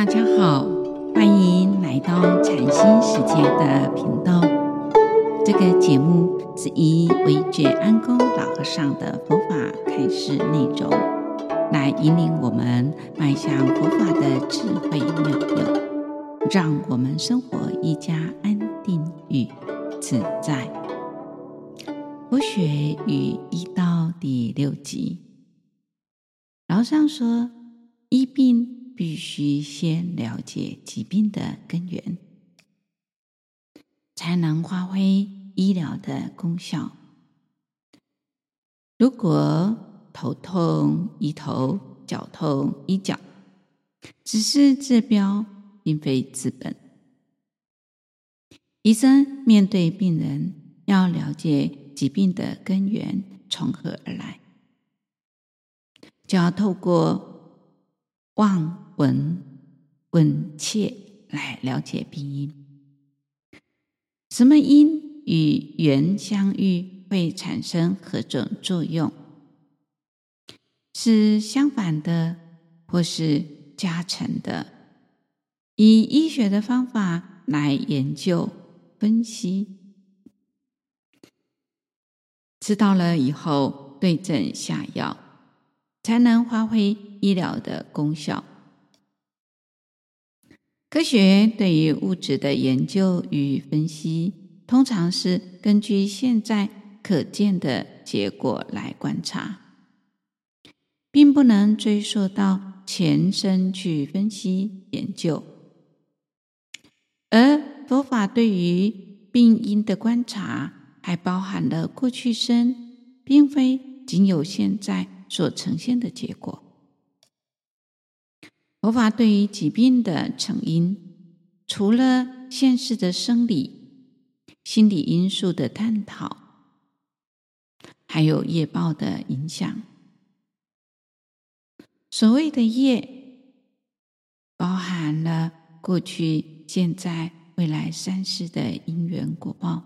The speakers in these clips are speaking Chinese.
大家好，欢迎来到禅心世界的频道。这个节目是以惟觉安公老和尚的佛法开示内容，来引领我们迈向佛法的智慧妙用，让我们生活愈加安定与自在。佛学与医道第6集，老和尚说，医病必须先了解疾病的根源，才能发挥医疗的功效。如果头痛医头，脚痛医脚，只是治标并非治本。医生面对病人，要了解疾病的根源从何而来，就要透过望闻问切来了解病因。什么因与缘相遇，会产生何种作用？是相反的，或是加成的？以医学的方法来研究分析，知道了以后对症下药，才能发挥医疗的功效。科学对于物质的研究与分析，通常是根据现在可见的结果来观察，并不能追溯到前生去分析研究。而佛法对于病因的观察，还包含了过去生，并非仅有现在所呈现的结果。佛法对于疾病的成因，除了现世的生理、心理因素的探讨，还有业报的影响。所谓的业，包含了过去、现在、未来3世的因缘果报。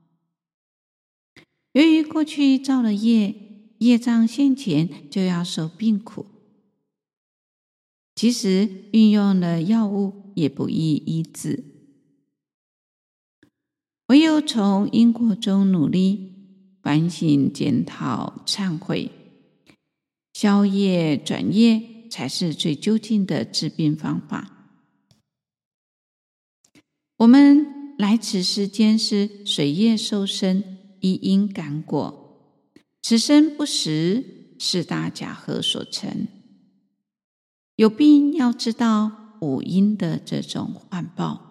由于过去造了业，业障现前就要受病苦，即使运用了药物，也不易医治。唯有从因果中努力反省、检讨、忏悔，消业转业，才是最究竟的治病方法。我们来此世间是随业受生，依因感果，此生不识4大假合所成。有病要知道五因的这种患报。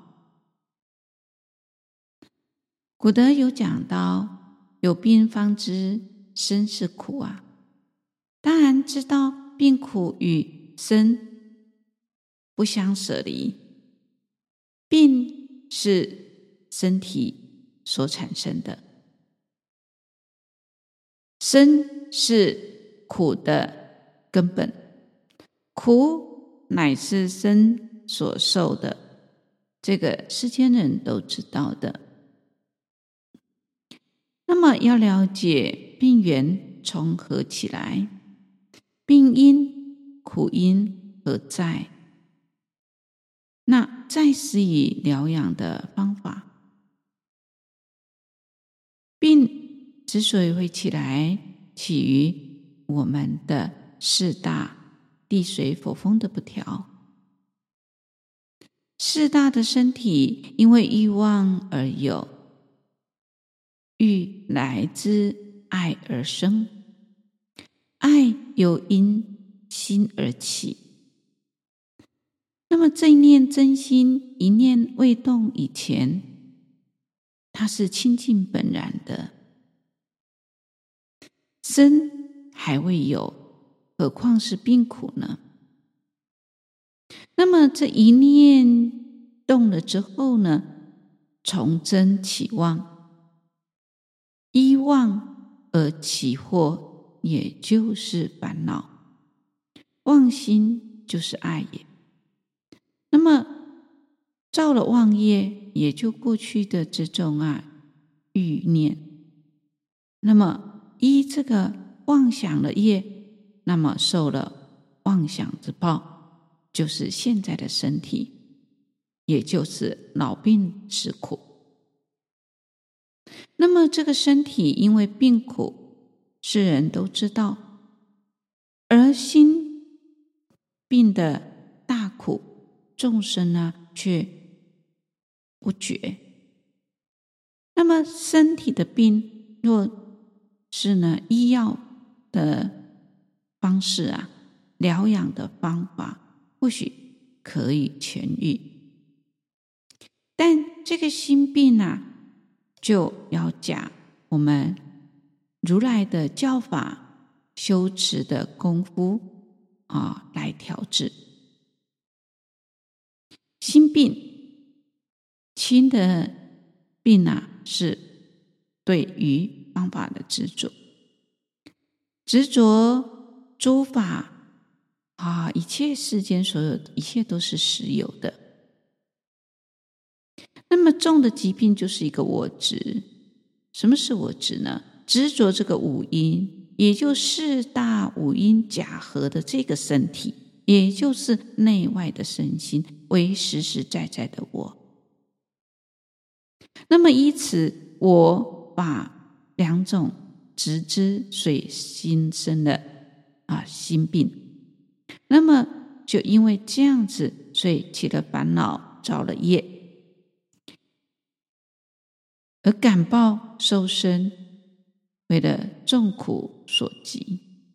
古德有讲到，有病方知生是苦啊。当然知道病苦与生不相舍离，病是身体所产生的，生是苦的根本，苦乃是生所受的，这个世间人都知道的。那么要了解病源从何起来，病因、苦因何在，那再施以疗养的方法。病之所以会起来，起于我们的4大地水火风的不调。4大的身体因为欲望而有，欲来自爱而生，爱由因心而起。那么这一念真心，一念未动以前，它是清净本然的，生还未有，何况是病苦呢？那么这一念动了之后呢，从真起妄，依妄而起惑，也就是烦恼。妄心就是爱也。那么造了妄业，也就过去的这种欲念。那么依这个妄想的业，那么受了妄想之报。 就是现在的身体，也就是老病死苦。那么这个身体因为病苦，世人都知道，而心病的大苦，众生呢却不觉。那么身体的病，若是呢医药的方式啊，疗养的方法，或许可以痊愈。但这个心病啊，就要讲我们如来的教法修持的功夫来调治。心病轻的病啊，是对于方法的执着，执着诸法一切世间所有一切都是实有的。那么重的疾病就是一个我执。什么是我执呢？执着这个五阴，也就四大五阴假合的这个身体，也就是内外的身心，为实实在在的我。那么依此，我把两种执之，所以心生了心病。那么就因为这样子，所以起了烦恼，造了业，而感报受生，为了众苦所及。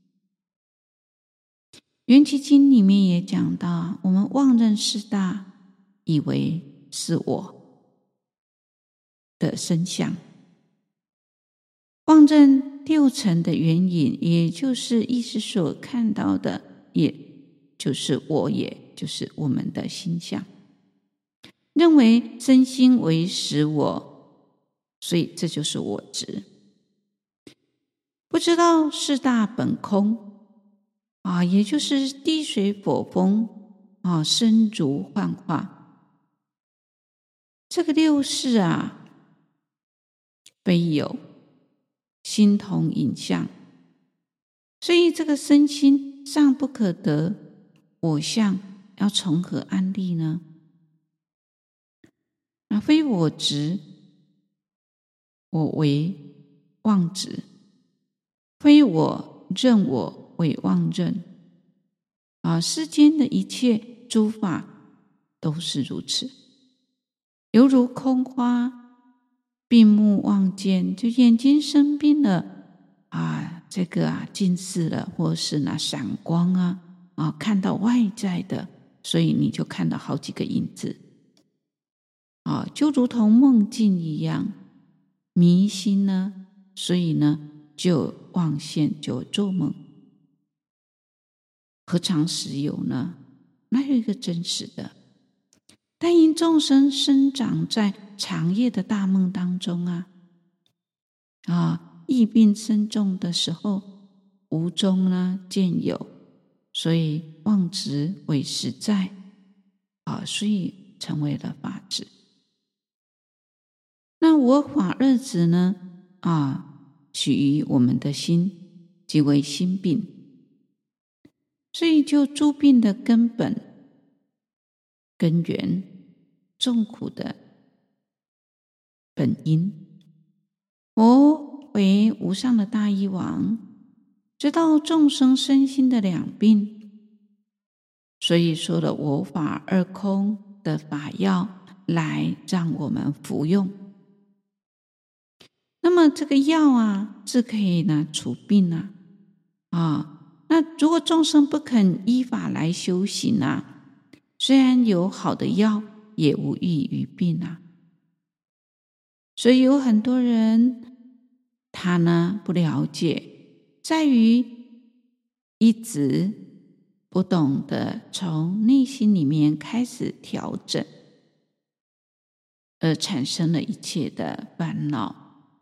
缘起经里面也讲到，我们妄认四大，以为是我的身相，妄认六尘的缘引，也就是意识所看到的，也就是我，也就是我们的心相，认为身心为实我，所以这就是我执。不知道四大本空也就是地水火风身如幻化。这个六识非有，心同影像，所以这个身心尚不可得，我相要从何安立呢？非我执，我为妄执；非我认，我为妄认。世间的一切诸法都是如此，犹如空花，闭目望见，就眼睛生病了这个近视了，或是闪光看到外在的，所以你就看到好几个影子就如同梦境一样，迷心呢，所以呢就妄现，就做梦。何尝实有呢？哪有一个真实的？但因众生生长在长夜的大梦当中疫病深重的时候，无中呢见有，所以妄执为实在所以成为了法执。那我法二执呢取于我们的心，即为心病。所以就诸病的根本根源，众苦的本因。我为无上的大医王，知道众生身心的两病，所以说了我法二空的法药来让我们服用。那么这个药是可以呢除病那如果众生不肯依法来修行虽然有好的药，也无益于病所以有很多人他呢不了解，在于一直不懂得从内心里面开始调整，而产生了一切的烦恼。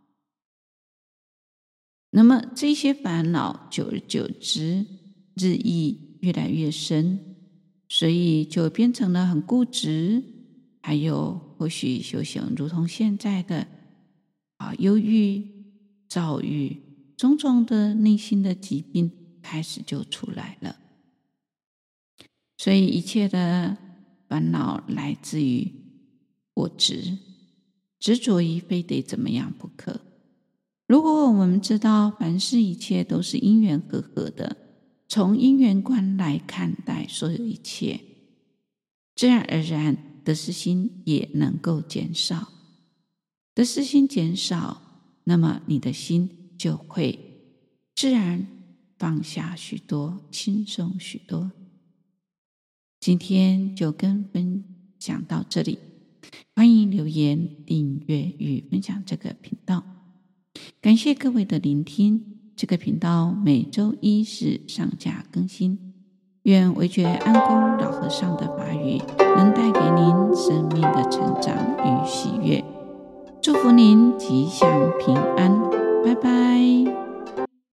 那么这些烦恼久而久之，日益越来越深，所以就变成了很固执，还有或许修行如同现在的忧郁、躁郁，种种的内心的疾病开始就出来了。 所以一切的烦恼来自于我执着于非得怎么样不可。如果我们知道凡事一切都是因缘和合的，从因缘观来看待所有一切，自然而然得失心也能够减少。得失心减少，那么你的心就会自然放下许多，轻松许多。今天就跟分享到这里，欢迎留言、订阅与分享这个频道。感谢各位的聆听，这个频道每周一是上架更新。愿惟觉安公老和尚的法语能带给您生命的成长与喜悦，祝福您吉祥平安，拜拜。